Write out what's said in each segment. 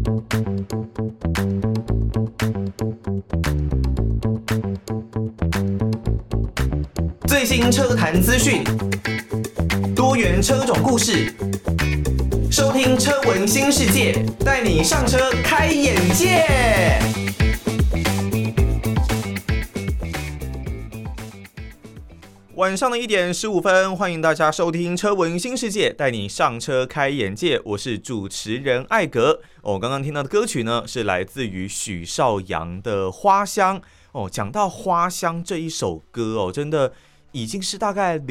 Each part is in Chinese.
最新车坛资讯，多元车种故事，收听车闻新世界，带你上车开眼界。晚上的1点15分，欢迎大家收听车闻新世界，带你上车开眼界。我是主持人艾格。刚刚听到的歌曲呢，是来自于许绍洋的《花香》。讲到《花香》这一首歌真的已经是大概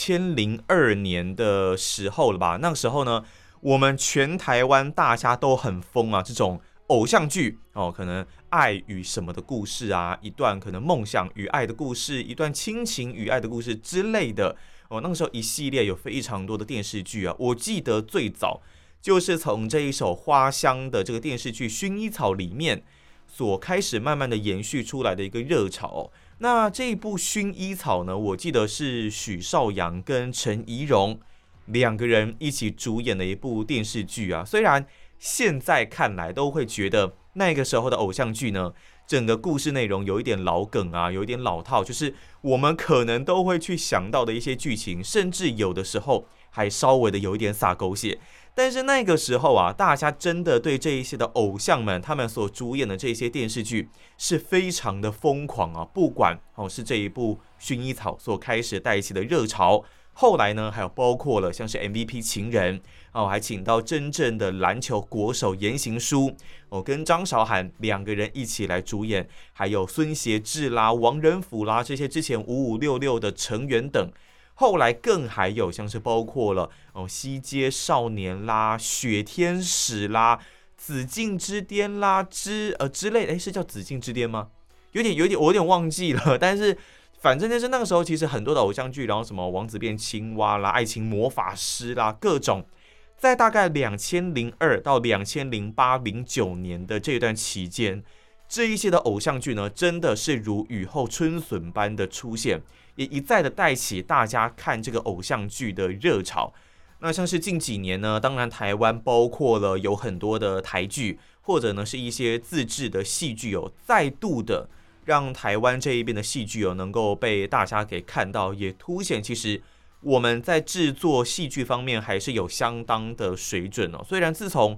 2002年的时候了吧？那个时候呢，我们全台湾大家都很疯啊，这种偶像剧可能爱与什么的故事啊，一段可能梦想与爱的故事，一段亲情与爱的故事之类的那个时候一系列有非常多的电视剧啊。我记得最早就是从这一首《花香》的这个电视剧《薰衣草》里面所开始慢慢的延续出来的一个热潮那这一部《薰衣草》呢，我记得是许绍洋跟陈怡蓉两个人一起主演的一部电视剧啊。虽然现在看来都会觉得那个时候的偶像剧呢，整个故事内容有一点老梗啊，有一点老套，就是我们可能都会去想到的一些剧情，甚至有的时候还稍微的有一点洒狗血。但是那个时候啊，大家真的对这一些的偶像们，他们所主演的这些电视剧是非常的疯狂啊！不管是这一部《薰衣草》所开始带起的热潮，后来呢，还有包括了像是 MVP 情人还请到真正的篮球国手言行书跟张韶涵两个人一起来主演，还有孙协志啦、王仁甫啦这些之前5566的成员等。后来更还有像是包括了西街少年啦、雪天使啦、紫禁之巅啦之类的，是叫紫禁之巅吗？有点我有点忘记了，但是反正就是那个时候其实很多的偶像剧，然后什么王子变青蛙啦、爱情魔法师啦，各种在大概2002到2008、09年的这段期间，这一些的偶像剧呢，真的是如雨后春笋般的出现，也一再的带起大家看这个偶像剧的热潮。那像是近几年呢，当然台湾包括了有很多的台剧，或者呢是一些自制的戏剧再度的让台湾这一边的戏剧能够被大家给看到，也凸显其实我们在制作戏剧方面还是有相当的水准虽然自从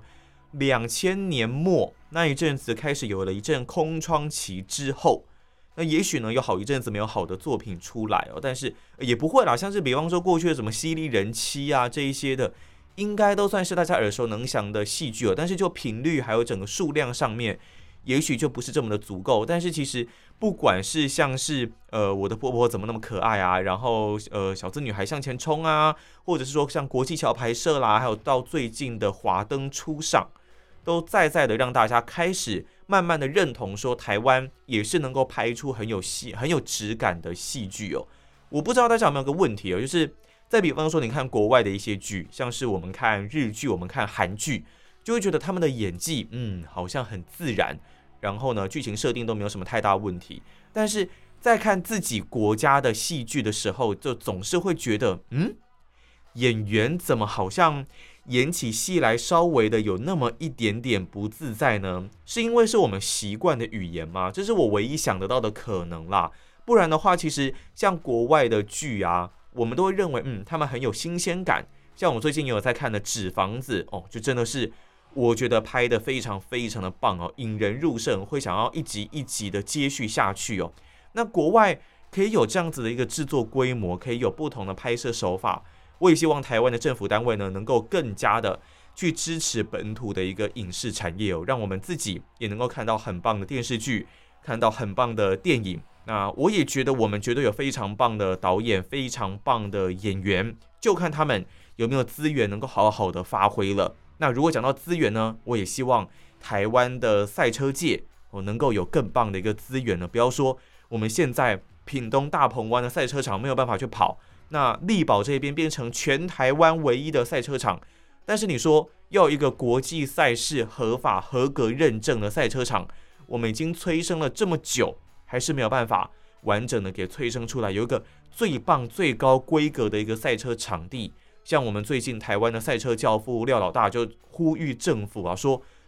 2000年末那一阵子开始有了一阵空窗期之后，那也许呢有好一阵子没有好的作品出来但是也不会啦，像是比方说过去的什么犀利人妻啊这一些的，应该都算是大家耳熟能详的戏剧但是就频率还有整个数量上面，也许就不是这么的足够。但是其实不管是像是我的婆婆怎么那么可爱啊，然后小资女孩向前冲啊，或者是说像国际桥拍摄啦，还有到最近的华灯初上，都在的让大家开始慢慢的认同说台湾也是能够拍出很有质感的戏剧我不知道大家有没有个问题就是再比方说你看国外的一些剧，像是我们看日剧，我们看韩剧，就会觉得他们的演技好像很自然，然后呢剧情设定都没有什么太大问题。但是在看自己国家的戏剧的时候，就总是会觉得演员怎么好像演起戏来稍微的有那么一点点不自在呢？是因为是我们习惯的语言吗？这是我唯一想得到的可能啦。不然的话，其实像国外的剧啊，我们都会认为他们很有新鲜感。像我最近也有在看的《纸房子》就真的是我觉得拍得非常非常的棒引人入胜，会想要一集一集的接续下去那国外可以有这样子的一个制作规模，可以有不同的拍摄手法。我也希望台湾的政府单位呢，能够更加的去支持本土的一个影视产业让我们自己也能够看到很棒的电视剧，看到很棒的电影。那我也觉得我们绝对有非常棒的导演，非常棒的演员，就看他们有没有资源能够好好的发挥了。那如果讲到资源呢，我也希望台湾的赛车界能够有更棒的一个资源呢。不要说我们现在屏东大鹏湾的赛车场没有办法去跑，那力宝这边变成全台湾唯一的赛车场，但是你说要有一个国际赛事合法合格认证的赛车场，我们已经催生了这么久，还是没有办法完整的给催生出来，有一个最棒最高规格的一个赛车场地。像我们最近台湾的赛车教父廖老大就呼吁政府说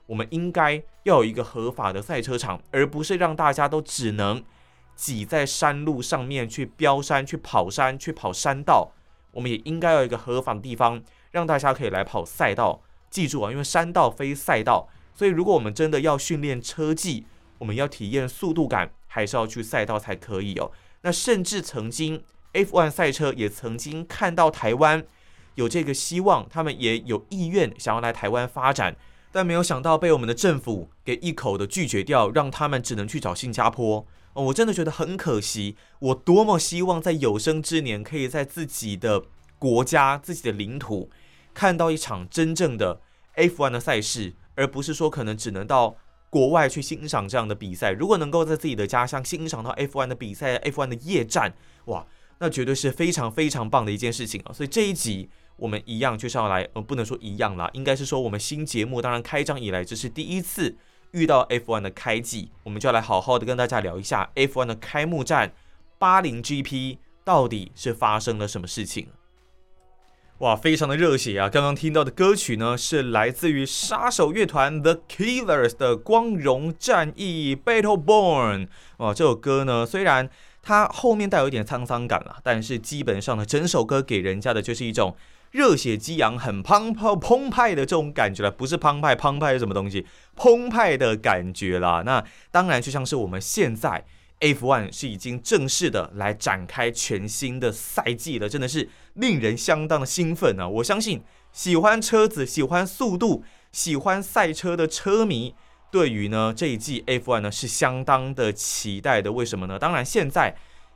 我们应该要有一个合法的赛车场，而不是让大家都只能挤在山路上面去飙山、去跑山、去跑山道。我们也应该有一个合法的地方，让大家可以来跑赛道。记住啊，因为山道非赛道，所以如果我们真的要训练车技，我们要体验速度感，还是要去赛道才可以哦。那甚至曾经 F1 赛车也曾经看到台湾有这个希望，他们也有意愿想要来台湾发展，但没有想到被我们的政府给一口的拒绝掉，让他们只能去找新加坡。我真的觉得很可惜，我多么希望在有生之年可以在自己的国家、自己的领土看到一场真正的 F1 的赛事，而不是说可能只能到国外去欣赏这样的比赛。如果能够在自己的家乡欣赏到 F1 的比赛、F1 的夜战，哇，那绝对是非常非常棒的一件事情啊！所以这一集我们一样就是要来，不能说一样啦，应该是说我们新节目当然开张以来这是第一次遇到 F1 的开季，我们就要来好好的跟大家聊一下 F1 的开幕战巴林 GP 到底是发生了什么事情。哇，非常的热血啊！刚刚听到的歌曲呢，是来自于杀手乐团 The Killers 的《光荣战役 Battle Born》。哇，这首歌呢，虽然它后面带有一点沧桑感啦，但是基本上呢，整首歌给人家的就是一种热血激昂、很澎湃的这种感觉啦，不是澎湃是什么东西？澎湃的感觉啦。那当然就像是我们现在 F1 是已经正式的来展开全新的赛季了，真的是令人相当的兴奋啊！我相信喜欢车子、喜欢速度、喜欢赛车的车迷，对于呢这一季 F1 呢是相当的期待的。为什么呢？当然现在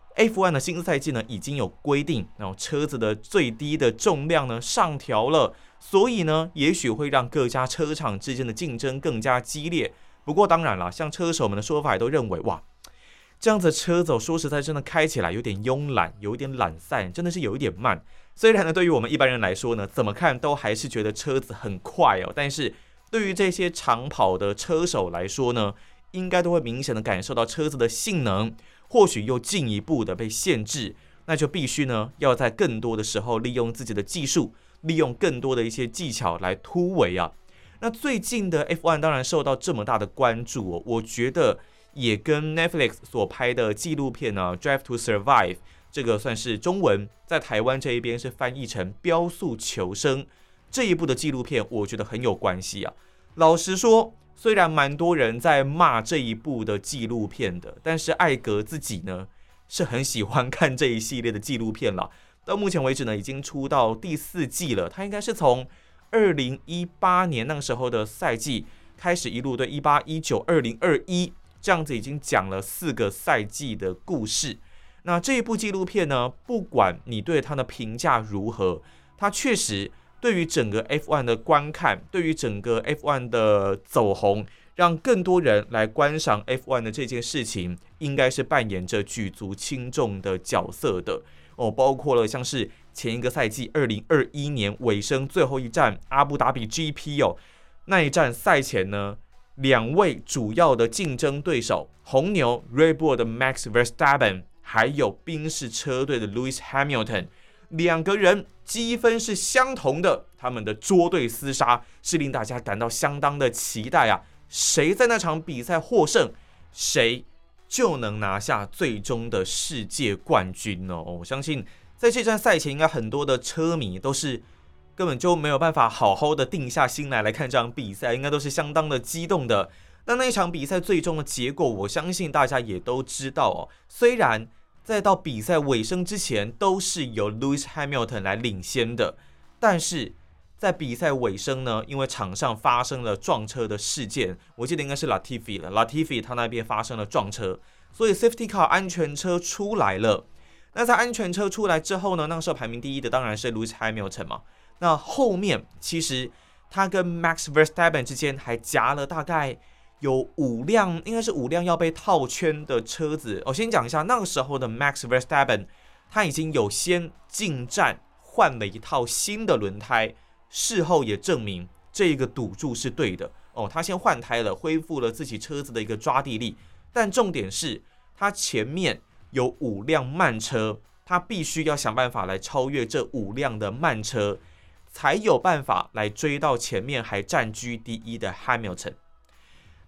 F1 的新赛季呢已经有规定，然后车子的最低的重量呢上调了，所以呢也许会让各家车厂之间的竞争更加激烈。不过当然啦，像车手们的说法也都认为，哇，这样子的车子说实在真的开起来有点慵懒，有一点懒散，真的是有一点慢。虽然呢对于我们一般人来说呢，怎么看都还是觉得车子很快哦，但是对于这些长跑的车手来说呢，应该都会明显的感受到车子的性能或许又进一步的被限制，那就必须呢要在更多的时候利用自己的技术，利用更多的一些技巧来突围啊。那最近的 F1 当然受到这么大的关注哦，我觉得也跟 Netflix 所拍的纪录片呢，Drive to Survive 这个算是中文，在台湾这一边是翻译成标速求生这一部的纪录片，我觉得很有关系啊。老实说，虽然蛮多人在骂这一部的纪录片的，但是艾格自己呢是很喜欢看这一系列的纪录片啦。到目前为止呢，已经出到第4季了，他应该是从2018年那个时候的赛季开始，一路对18、19、20、21这样子已经讲了4个赛季的故事。那这一部纪录片呢，不管你对它的评价如何，它确实对于整个 F1 的观看，对于整个 F1 的走红，让更多人来观赏 F1 的这件事情，应该是扮演着举足轻重的角色的哦。包括了像是前一个赛季2021年尾声最后一站阿布达比 GP 哦，那一站赛前呢，2位主要的竞争对手，红牛 Red Bull 的 Max Verstappen， 还有宾士车队的 Lewis Hamilton， 2个人积分是相同的，他们的捉对厮杀是令大家感到相当的期待啊！谁在那场比赛获胜，谁就能拿下最终的世界冠军哦！我相信在这站赛前，应该很多的车迷都是根本就没有办法好好的定下心来看这场比赛，应该都是相当的激动的。那一场比赛最终的结果，我相信大家也都知道哦。虽然在到比赛尾声之前都是由 Lewis Hamilton 来领先的，但是在比赛尾声呢，因为场上发生了撞车的事件，我记得应该是 Latifi 他那边发生了撞车，所以 Safety Car 安全车出来了。那在安全车出来之后呢，那时候排名第一的当然是 Lewis Hamilton 嘛。那后面其实他跟 Max Verstappen 之间还夹了大概有5辆，应该是5辆要被套圈的车子。我先讲一下，那个时候的 Max Verstappen 他已经有先进站换了一套新的轮胎，事后也证明这个赌注是对的哦。他先换胎了，恢复了自己车子的一个抓地力，但重点是他前面有5辆慢车，他必须要想办法来超越这5辆的慢车，才有办法来追到前面还占据第一的 Hamilton。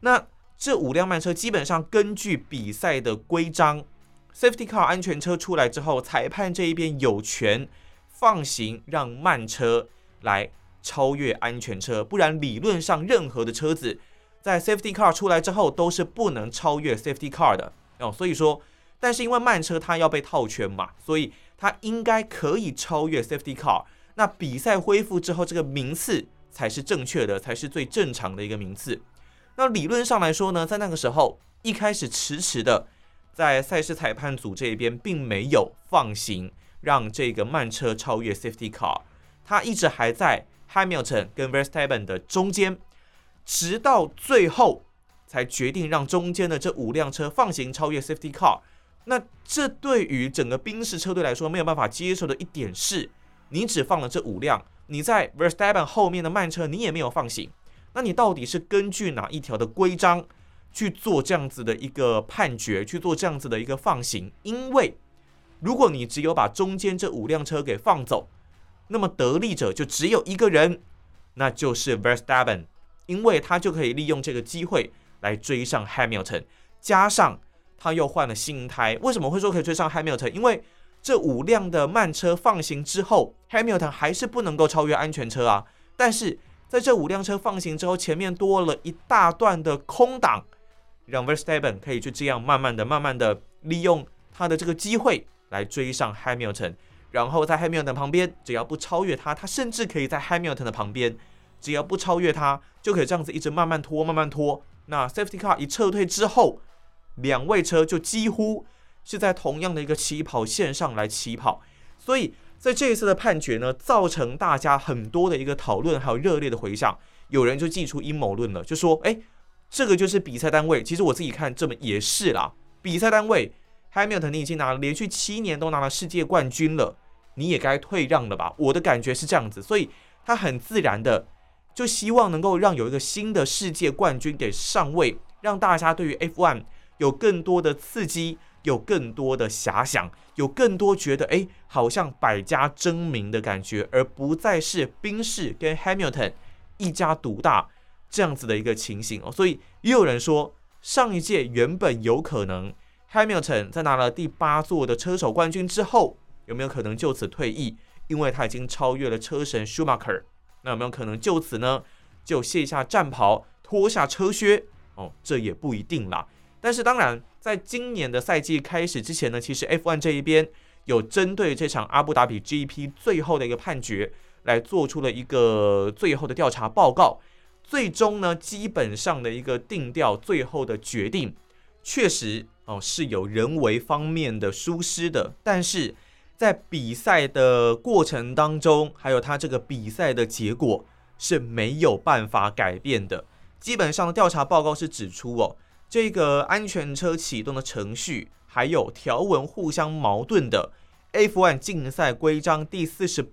那这5辆慢车基本上根据比赛的规章 ，Safety Car 安全车出来之后，裁判这一边有权放行，让慢车来超越安全车，不然理论上任何的车子在 Safety Car 出来之后都是不能超越 Safety Car 的所以说，但是因为慢车它要被套圈嘛，所以它应该可以超越 Safety Car。那比赛恢复之后，这个名次才是正确的，才是最正常的一个名次。那理论上来说呢，在那个时候一开始迟的，在赛事裁判组这一边并没有放行让这个慢车超越 Safety Car， 他一直还在 Hamilton 跟 Verstappen 的中间，直到最后才决定让中间的这5辆车放行超越 Safety Car。 那这对于整个宾士车队来说没有办法接受的一点是，你只放了这5辆，你在 Verstappen 后面的慢车你也没有放行，那你到底是根据哪一条的规章去做这样子的一个判决，去做这样子的一个放行？因为如果你只有把中间这5辆车给放走，那么得利者就只有一个人，那就是 Verstappen， 因为他就可以利用这个机会来追上 Hamilton， 加上他又换了新胎。为什么会说可以追上 Hamilton？ 因为这5辆的慢车放行之后 Hamilton 还是不能够超越安全车啊，但是在这5辆车放行之后，前面多了一大段的空档，让 Verstappen 可以就这样慢慢的利用他的这个机会来追上 Hamilton， 然后在 Hamilton 旁边只要不超越他，他甚至可以在 Hamilton 的旁边只要不超越他，就可以这样子一直慢慢拖。那 Safety Car 一撤退之后，2位车就几乎是在同样的一个起跑线上来起跑，所以在这一次的判决呢，造成大家很多的一个讨论，还有热烈的回响。有人就祭出阴谋论了，就说这个就是比赛单位。其实我自己看这么也是啦，比赛单位 Hamilton 你已经拿了连续7年都拿了世界冠军了，你也该退让了吧？我的感觉是这样子，所以他很自然的就希望能够让有一个新的世界冠军给上位，让大家对于 F1 有更多的刺激，有更多的遐想，有更多觉得好像百家争鸣的感觉，而不再是宾士跟 Hamilton 一家独大这样子的一个情形所以也有人说，上一届原本有可能 Hamilton 在拿了第8座的车手冠军之后，有没有可能就此退役？因为他已经超越了车神 Schumacher， 那有没有可能就此呢就卸下战袍，脱下车靴这也不一定啦。但是当然在今年的赛季开始之前呢，其实 F1 这一边有针对这场阿布达比 GP 最后的一个判决来做出了一个最后的调查报告，最终呢基本上的一个定调，最后的决定确实是有人为方面的疏失的，但是在比赛的过程当中，还有他这个比赛的结果是没有办法改变的。基本上调查报告是指出这个安全车启动的程序还有条文互相矛盾的 F1 竞赛规章第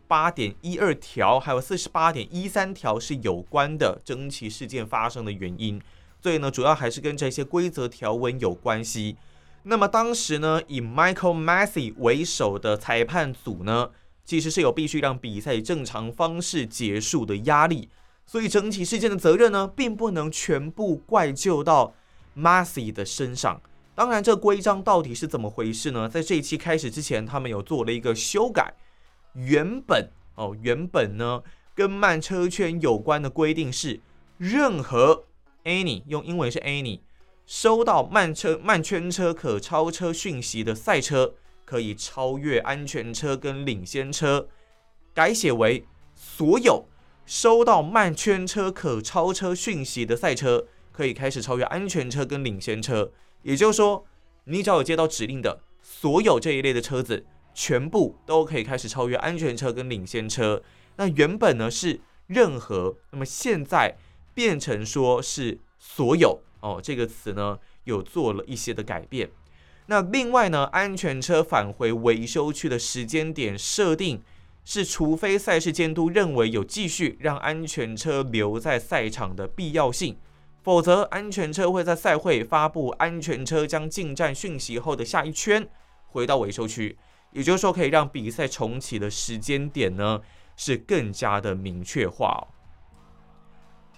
48.12 条还有 48.13 条是有关的争奇事件发生的原因，所以呢主要还是跟这些规则条文有关系。那么当时呢以 Michael Massey 为首的裁判组呢，其实是有必须让比赛以正常方式结束的压力，所以整起事件的责任呢并不能全部怪咎到Massey 的身上。当然这规章到底是怎么回事呢？在这一期开始之前，他们有做了一个修改。原本呢跟慢车圈有关的规定是，任何 any 用英文是 any 收到慢圈车可超车讯息的赛车可以超越安全车跟领先车，改写为所有收到慢圈车可超车讯息的赛车可以开始超越安全车跟领先车。也就是说，你只要有接到指令的所有这一类的车子，全部都可以开始超越安全车跟领先车。那原本呢是任何，那么现在变成说是所有这个词呢有做了一些的改变。那另外呢，安全车返回维修区的时间点设定是，除非赛事监督认为有继续让安全车留在赛场的必要性，否则安全车会在赛会发布安全车将进站讯息后的下一圈回到维修区。也就是说，可以让比赛重启的时间点呢是更加的明确化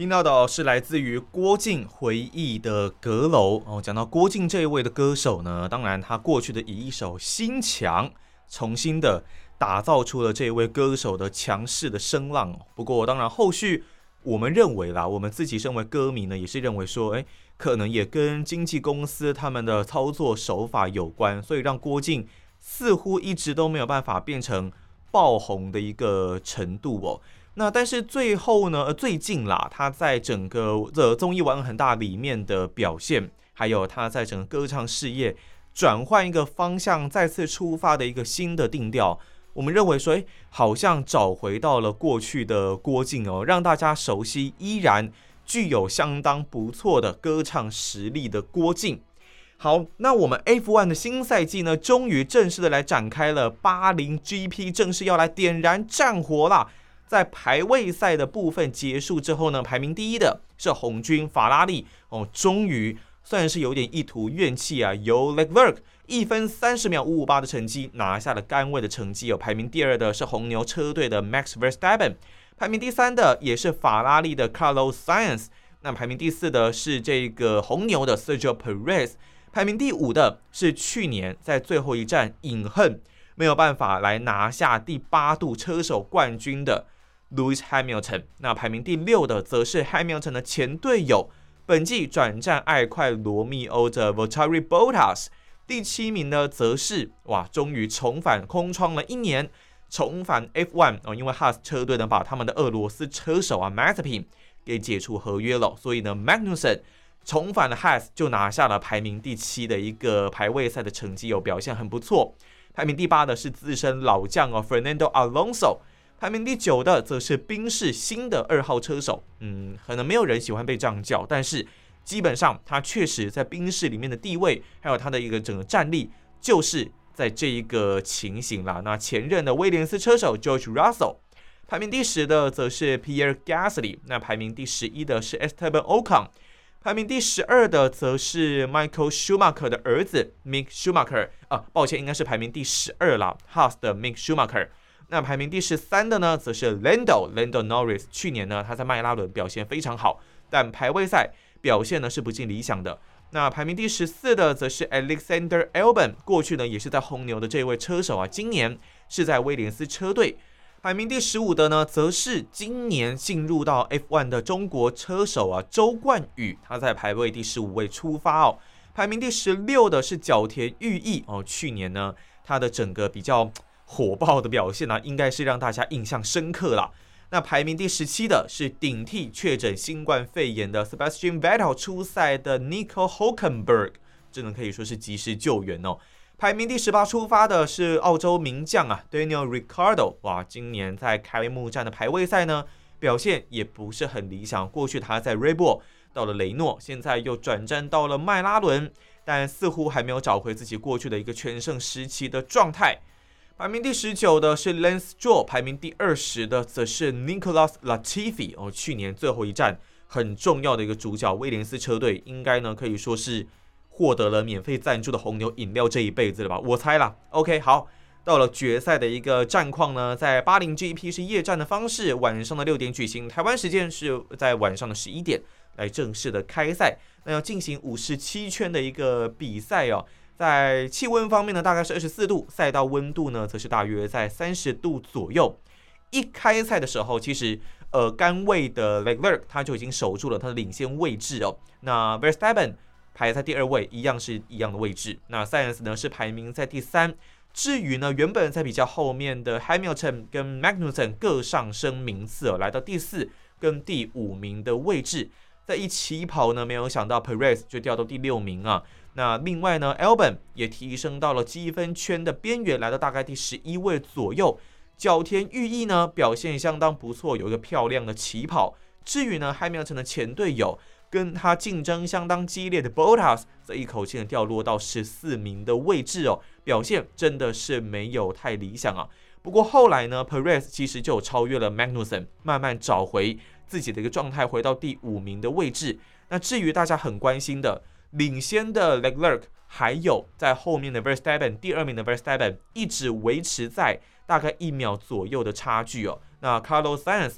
听到的是来自于郭靖回忆的阁楼哦。讲到郭靖这一位的歌手呢，当然他过去的以一首《心墙》重新的打造出了这一位歌手的强势的声浪。不过当然后续我们认为啦，我们自己身为歌迷呢，也是认为说，可能也跟经纪公司他们的操作手法有关，所以让郭靖似乎一直都没有办法变成爆红的一个程度哦。那但是最后呢，最近啦，他在整个综艺玩很大里面的表现，还有他在整个歌唱事业转换一个方向，再次出发的一个新的定调，我们认为说，好像找回到了过去的郭靖哦，让大家熟悉，依然具有相当不错的歌唱实力的郭靖。好，那我们 F1 的新赛季呢，终于正式的来展开了，巴林 GP 正式要来点燃战火啦。在排位赛的部分结束之后呢，排名第一的是红军法拉利哦，终于算是有点一吐怨气啊，由 Leclerc 1分30秒558的成绩拿下了杆位的成绩哦。排名第二的是红牛车队的 Max Verstappen， 排名第三的也是法拉利的 Carlos Sainz， 那排名第四的是这个红牛的 Sergio Perez， 排名第五的是去年在最后一站饮恨没有办法来拿下第8度车手冠军的Lewis Hamilton， 那排名第六的则是 Hamilton 的前队友，本季转战爱快罗密欧的 Valtteri Bottas， 第7名的则是终于重返空窗了1年，重返 F1 哦，因为 Haas 车队呢把他们的俄罗斯车手Mazepin 给解除合约了，所以呢 Magnussen 重返了 Haas 就拿下了排名第7的一个排位赛的成绩，表现很不错。排名第8的是资深老将Fernando Alonso。排名第9的则是宾士新的2号车手，可能没有人喜欢被这样叫，但是基本上他确实在宾士里面的地位，还有他的一个整个战力，就是在这一个情形啦。那前任的威廉斯车手 George Russell， 排名第10的则是 Pierre Gasly， 那排名第11的是 Esteban Ocon， 排名第12的则是 Michael Schumacher 的儿子 Mick Schumacher， 抱歉，应该是排名第12啦 Haas 的 Mick Schumacher。那排名第13的呢，则是 Lando Norris。去年呢，他在迈拉伦表现非常好，但排位赛表现呢是不尽理想的。那排名第14的则是 Alexander Albon， 过去呢也是在红牛的这位车手啊，今年是在威廉斯车队。排名第15的呢，则是今年进入到 F1 的中国车手啊，周冠宇，他在排位第15位出发哦。排名第16的是角田裕毅哦，去年呢他的整个比较火爆的表现应该是让大家印象深刻啦。那排名第17的是顶替确诊新冠肺炎的 Sebastian Vettel 出赛的 Nico Hülkenberg， 真的可以说是及时救援哦。排名第18出发的是澳洲名将Daniel Ricciardo， 今年在开幕战的排位赛呢表现也不是很理想，过去他在 Red Bull 到了雷诺，现在又转战到了迈拉伦，但似乎还没有找回自己过去的一个全盛时期的状态。排名第19的是 Lance Stroll， 排名第20的则是 Nicolas Latifi 哦，去年最后一站很重要的一个主角，威廉斯车队应该呢可以说是获得了免费赞助的红牛饮料这一辈子了吧，我猜啦。OK， 好，到了决赛的一个战况呢，在巴林 GP 是夜战的方式，晚上的6点举行，台湾时间是在晚上的11点来正式的开赛，那要进行57圈的一个比赛哦。在气温方面呢，大概是24度，赛道温度呢，则是大约在30度左右。一开赛的时候，其实杆位的 Leclerc 他就已经守住了他的领先位置哦。那 Verstappen 排在第2位，一样是一样的位置。那 Sainz 呢是排名在第3。至于呢，原本在比较后面的 Hamilton 跟 Magnussen 各上升名次来到第4跟第5名的位置。在一起跑呢，没有想到 Perez 就掉到第6名啊。那另外呢 Albon 也提升到了积分圈的边缘，来到大概第11位左右。角田裕毅呢表现相当不错，有一个漂亮的起跑。至于呢 Hamilton 的前队友跟他竞争相当激烈的 Bottas， 则一口气的掉落到14名的位置哦，表现真的是没有太理想啊。不过后来呢 Perez 其实就超越了 Magnussen， 慢慢找回自己的一个状态，回到第5名的位置。那至于大家很关心的领先的 Leclerc， 还有在后面的 Verstappen， 第2名的 Verstappen 一直维持在大概1秒左右的差距哦。那 Carlos Sainz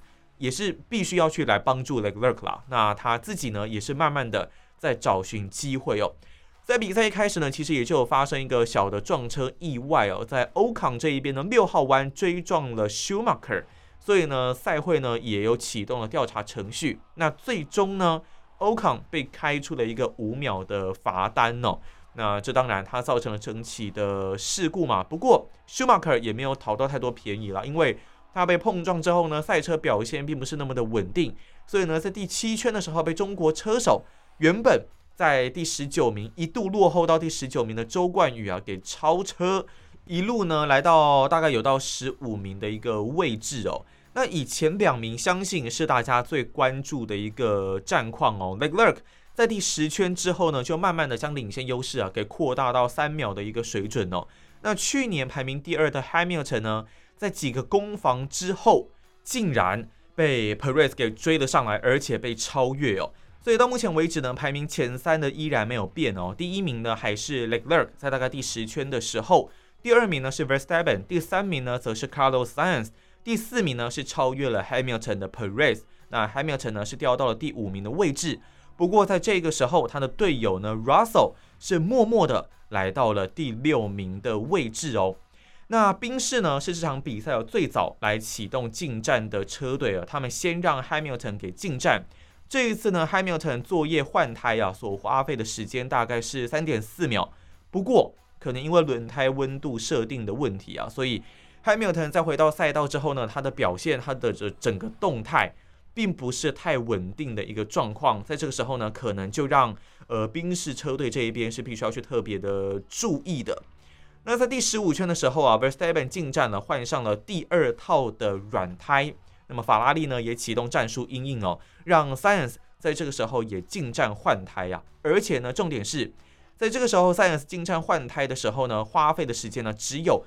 也是必须要去来帮助 Leclerc 啦。那他自己呢，也是慢慢的在找寻机会哦。在比赛一开始呢，其实也就有发生一个小的撞车意外哦，在欧康这一边呢，6号弯追撞了 Schumacher， 所以呢，赛会呢也有启动了调查程序。那最终呢，欧康被开出了一个5秒的罚单哦。那这当然它造成了整起的事故嘛。不过 Schumacher 也没有讨到太多便宜啦，因为他被碰撞之后呢，赛车表现并不是那么的稳定，所以呢，在第7圈的时候被中国车手原本在第19名一度落后到第19名的周冠宇啊给超车，一路呢来到大概有到15名的一个位置哦。那以前2名相信是大家最关注的一个战况哦。Leclerc 在第10圈之后呢，就慢慢的将领先优势啊给扩大到3秒的一个水准哦。那去年排名第2的 Hamilton 呢，在几个攻防之后，竟然被 Perez 给追了上来，而且被超越哦。所以到目前为止呢，排名前3的依然没有变哦。第1名呢还是 Leclerc， 在大概第10圈的时候；第2名呢是 Verstappen， 第3名呢则是 Carlos Sainz， 第4名呢是超越了 Hamilton 的 Perez。那 Hamilton 呢是掉到了第5名的位置。不过在这个时候，他的队友呢 Russell 是默默的来到了第6名的位置哦。那宾士呢是这场比赛最早来启动进站的车队他们先让 Hamilton 给进站。这一次呢 Hamilton 作业换胎所花费的时间大概是 3.4 秒，不过可能因为轮胎温度设定的问题所以 Hamilton 在回到赛道之后呢，他的表现，他的整个动态并不是太稳定的一个状况。在这个时候呢，可能就让宾士车队这一边是必须要去特别的注意的。那在第15圈的时候Verstappen 进站了，换上了第2套的软胎。那么法拉利呢也启动战术因应让 Sainz 在这个时候也进站换胎而且呢，重点是在这个时候 Sainz 进站换胎的时候呢，花费的时间呢只有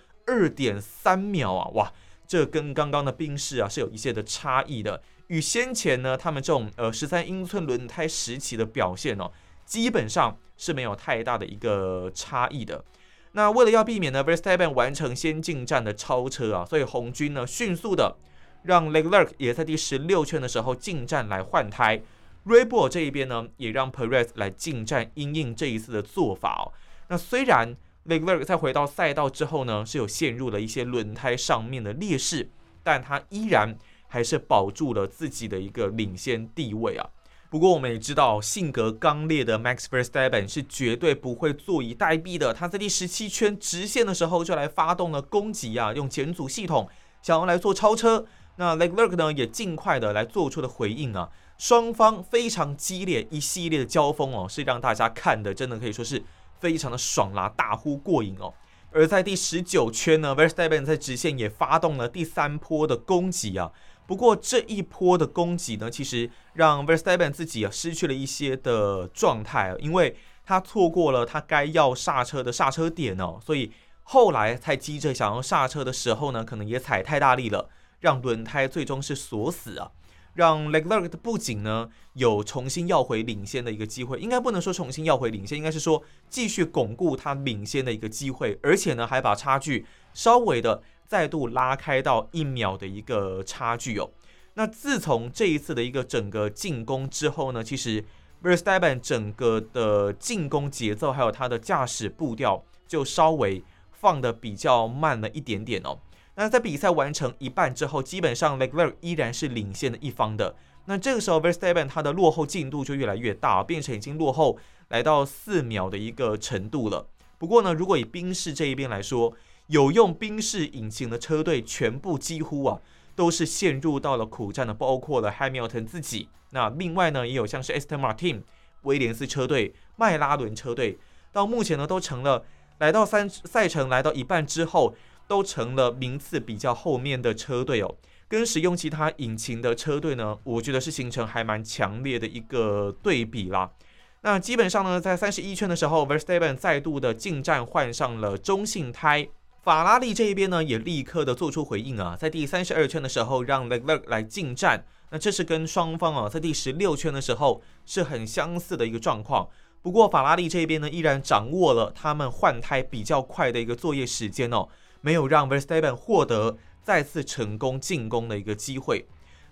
2.3 秒哇，这跟刚刚的宾士是有一些的差异的。与先前呢他们这种13英寸轮胎时期的表现基本上是没有太大的一个差异的。那为了要避免呢 Verstappen 完成先进站的超车所以红军呢迅速的让 Leclerc 也在第16圈的时候进站来换胎。Red Bull 这一边呢也让 Perez 来进站因应这一次的做法那虽然 Leclerc 在回到赛道之后呢是有陷入了一些轮胎上面的劣势，但他依然还是保住了自己的一个领先地位不过我们也知道，性格刚烈的 Max Verstappen 是绝对不会坐以待毙的。他在第17圈直线的时候就来发动了攻击用减阻系统想要来做超车。那 Leclerc 呢也尽快的来做出了回应双方非常激烈一系列的交锋是让大家看的真的可以说是非常的爽啦，大呼过瘾而在第19圈呢 Verstappen 在直线也发动了第3波的攻击不过这一波的攻击呢，其实让 Verstappen 自己失去了一些的状态因为他错过了他该要刹车的刹车点所以后来才急着想要刹车的时候呢，可能也踩太大力了，让轮胎最终是锁死让 Leclerc 的不仅呢有重新要回领先的一个机会，应该不能说重新要回领先，应该是说继续巩固他领先的一个机会，而且呢还把差距稍微的再度拉开到1秒的一个差距那自从这一次的一个整个进攻之后呢，其实 Verstappen 整个的进攻节奏还有他的驾驶步调就稍微放的比较慢了一点点那在比赛完成一半之后，基本上 Leclerc 依然是领先的一方的。那这个时候 Verstappen 他的落后进度就越来越大变成已经落后来到4秒的一个程度了。不过呢，如果以宾士这一边来说，有用宾士引擎的车队全部几乎都是陷入到了苦战的，包括了 Hamilton 自己。那另外呢，也有像是 Aston Martin、威廉斯车队、迈拉伦车队，到目前呢都成了来到赛程来到一半之后，都成了名次比较后面的车队跟使用其他引擎的车队呢，我觉得是形成还蛮强烈的一个对比啦。那基本上呢，在31圈的时候 Verstappen 再度的进站换上了中性胎，法拉利这一边呢也立刻的做出回应在第32圈的时候让 Leclerc 来进站。那这是跟双方在第16圈的时候是很相似的一个状况。不过法拉利这边呢依然掌握了他们换胎比较快的一个作业时间没有让 Verstappen 获得再次成功进攻的一个机会。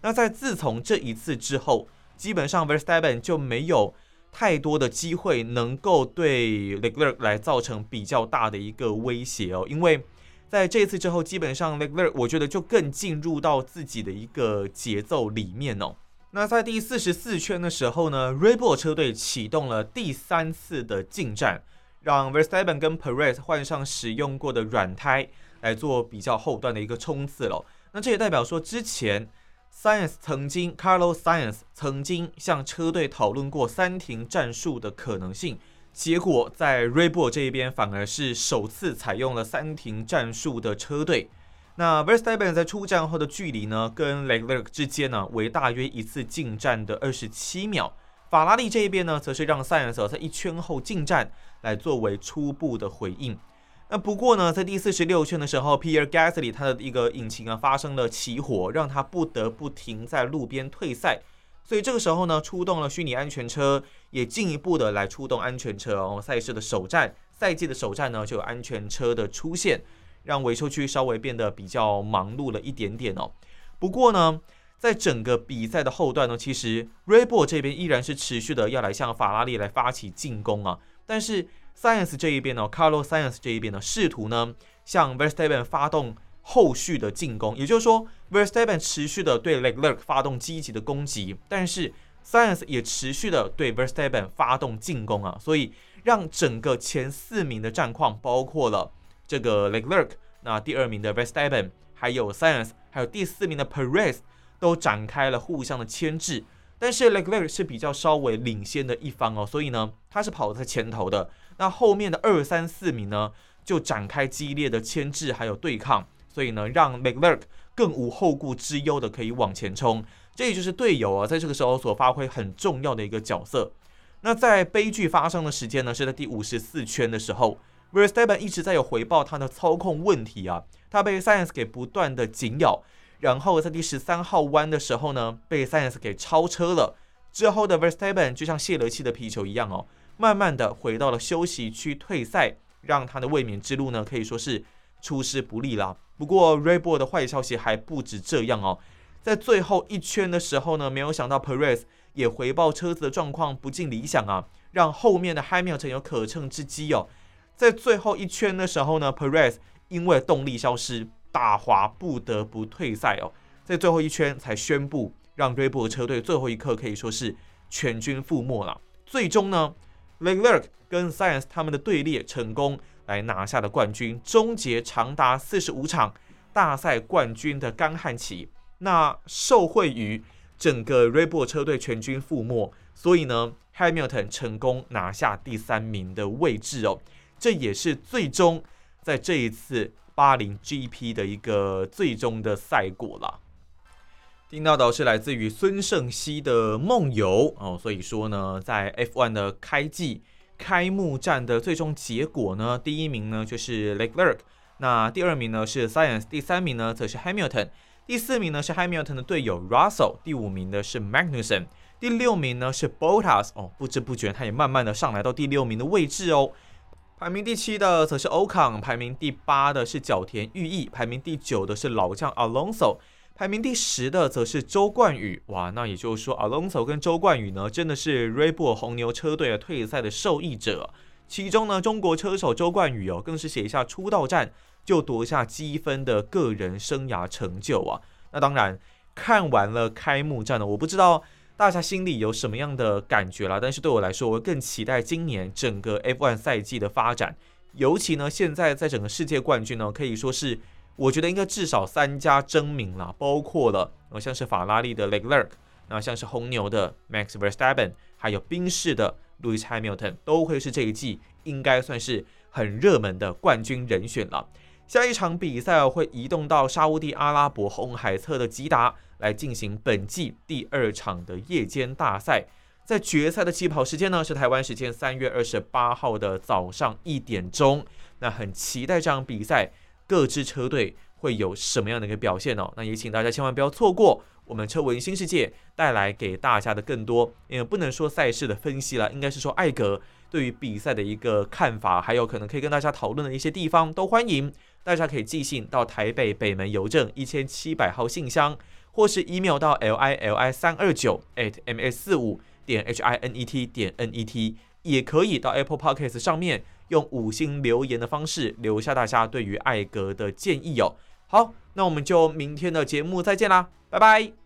那在自从这一次之后，基本上 Verstappen 就没有太多的机会能够对 Leclerc 来造成比较大的一个威胁哦，因为在这一次之后，基本上 Leclerc 我觉得就更进入到自己的一个节奏里面哦。那在第44圈的时候呢 Red Bull 车队启动了第3次的进站，让 Verstappen 跟 Perez 换上使用过的软胎来做比较后段的一个冲刺了。那这也代表说之前Carlos Sainz 曾经向车队讨论过3停战术的可能性，结果在 Red Bull 这一边反而是首次采用了3停战术的车队。那 Verstappen 在出站后的距离呢，跟 Leclerc 之间呢为大约一次进站的27秒。法拉利这一边呢，则是让 Sainz 在1圈后进站来作为初步的回应。那不过呢，在第46圈的时候 Pierre Gasly 他的一个引擎发生了起火，让他不得不停在路边退赛。所以这个时候呢，出动了虚拟安全车，也进一步的来出动安全车哦。赛事的首站，赛季的首站呢，就有安全车的出现，让维修区稍微变得比较忙碌了一点点哦。不过呢，在整个比赛的后段呢，其实 Red Bull 这边依然是持续的要来向法拉利来发起进攻啊，但是Sainz 这一边呢 ，Carlos Sainz 这一边呢，试图呢向 Verstappen 发动后续的进攻，也就是说 ，Verstappen 持续的对 Leclerc 发动积极的攻击，但是 Sainz 也持续的对 Verstappen 发动进攻啊，所以让整个前4名的战况，包括了这个 Leclerc， 那第2名的 Verstappen， 还有 Sainz， 还有第4名的 Perez， 都展开了互相的牵制。但是 Leclerc 是比较稍微领先的一方哦，所以呢，他是跑在前头的。那后面的2、3、4名呢，就展开激烈的牵制还有对抗，所以呢，让 Leclerc 更无后顾之忧的可以往前冲。这也就是队友啊，在这个时候所发挥很重要的一个角色。那在悲剧发生的时间呢，是在第54圈的时候 ，Verstappen 一直在有回报他的操控问题啊，他被 Sainz 给不断的紧咬。然后在第13号弯的时候呢，被 Sainz 给超车了。之后的 Verstappen 就像泄了气的皮球一样哦，慢慢的回到了休息区退赛，让他的卫冕之路呢可以说是出师不利啦。不过 Red Bull 的坏消息还不止这样哦，在最后1圈的时候呢，没有想到 Perez 也回报车子的状况不尽理想啊，让后面的 Hamilton 有可乘之机哦。在最后1圈的时候呢 ，Perez 因为动力消失，打滑不得不退赛哦，在最后1圈才宣布让 Red Bull 车队最后一刻可以说是全军覆没了。最终呢 ，Leclerc 跟 Sainz 他们的队列成功来拿下了冠军，终结长达45场大赛冠军的干旱期。那受惠于整个 Red Bull 车队全军覆没，所以呢 Hamilton 成功拿下第3名的位置哦，这也是最终在这一次80 GP 的一个最终的赛果啦。听到的是来自于孙胜熙的梦游哦，所以说呢，在 F1 的开幕战的最终结果呢，第1名呢就是 Leclerc， 那第2名呢是 Sainz， 第3名呢则是 Hamilton， 第4名呢是 Hamilton 的队友 Russell， 第5名的是 Magnussen， 第6名呢是 Bottas 哦，不知不觉他也慢慢的上来到第6名的位置哦。排名第7的则是 Ocon， 排名第8的是角田裕毅，排名第9的是老将 Alonso， 排名第10的则是周冠宇。哇，那也就是说 Alonso 跟周冠宇呢，真的是 Red Bull 红牛车队的退赛的受益者。其中呢，中国车手周冠宇哦，更是写下出道战就夺下积分的个人生涯成就啊。那当然，看完了开幕战呢，我不知道大家心里有什么样的感觉啦？但是对我来说，我更期待今年整个 F1 赛季的发展。尤其呢，现在在整个世界冠军呢，可以说是我觉得应该至少3家争鸣啦，包括了像是法拉利的 Leclerc， 那像是红牛的 Max Verstappen， 还有宾士的 Lewis Hamilton， 都会是这一季应该算是很热门的冠军人选了。下一场比赛会移动到沙烏地阿拉伯红海侧的吉达来进行本季第2场的夜间大赛。在决赛的起跑时间呢，是台湾时间3月28号的早上1点钟。那很期待这场比赛各支车队会有什么样的一个表现哦？那也请大家千万不要错过我们车文新世界带来给大家的更多，因为不能说赛事的分析了，应该是说艾格对于比赛的一个看法，还有可能可以跟大家讨论的一些地方，都欢迎大家可以寄信到台北北门邮政1700号信箱， 或是 email 到 lili329@ms45.hinet.net， 也可以到 Apple Podcast 上面用5星留言的方式留下大家对于艾格的建议哦。好，那我们就明天的节目再见啦，拜拜。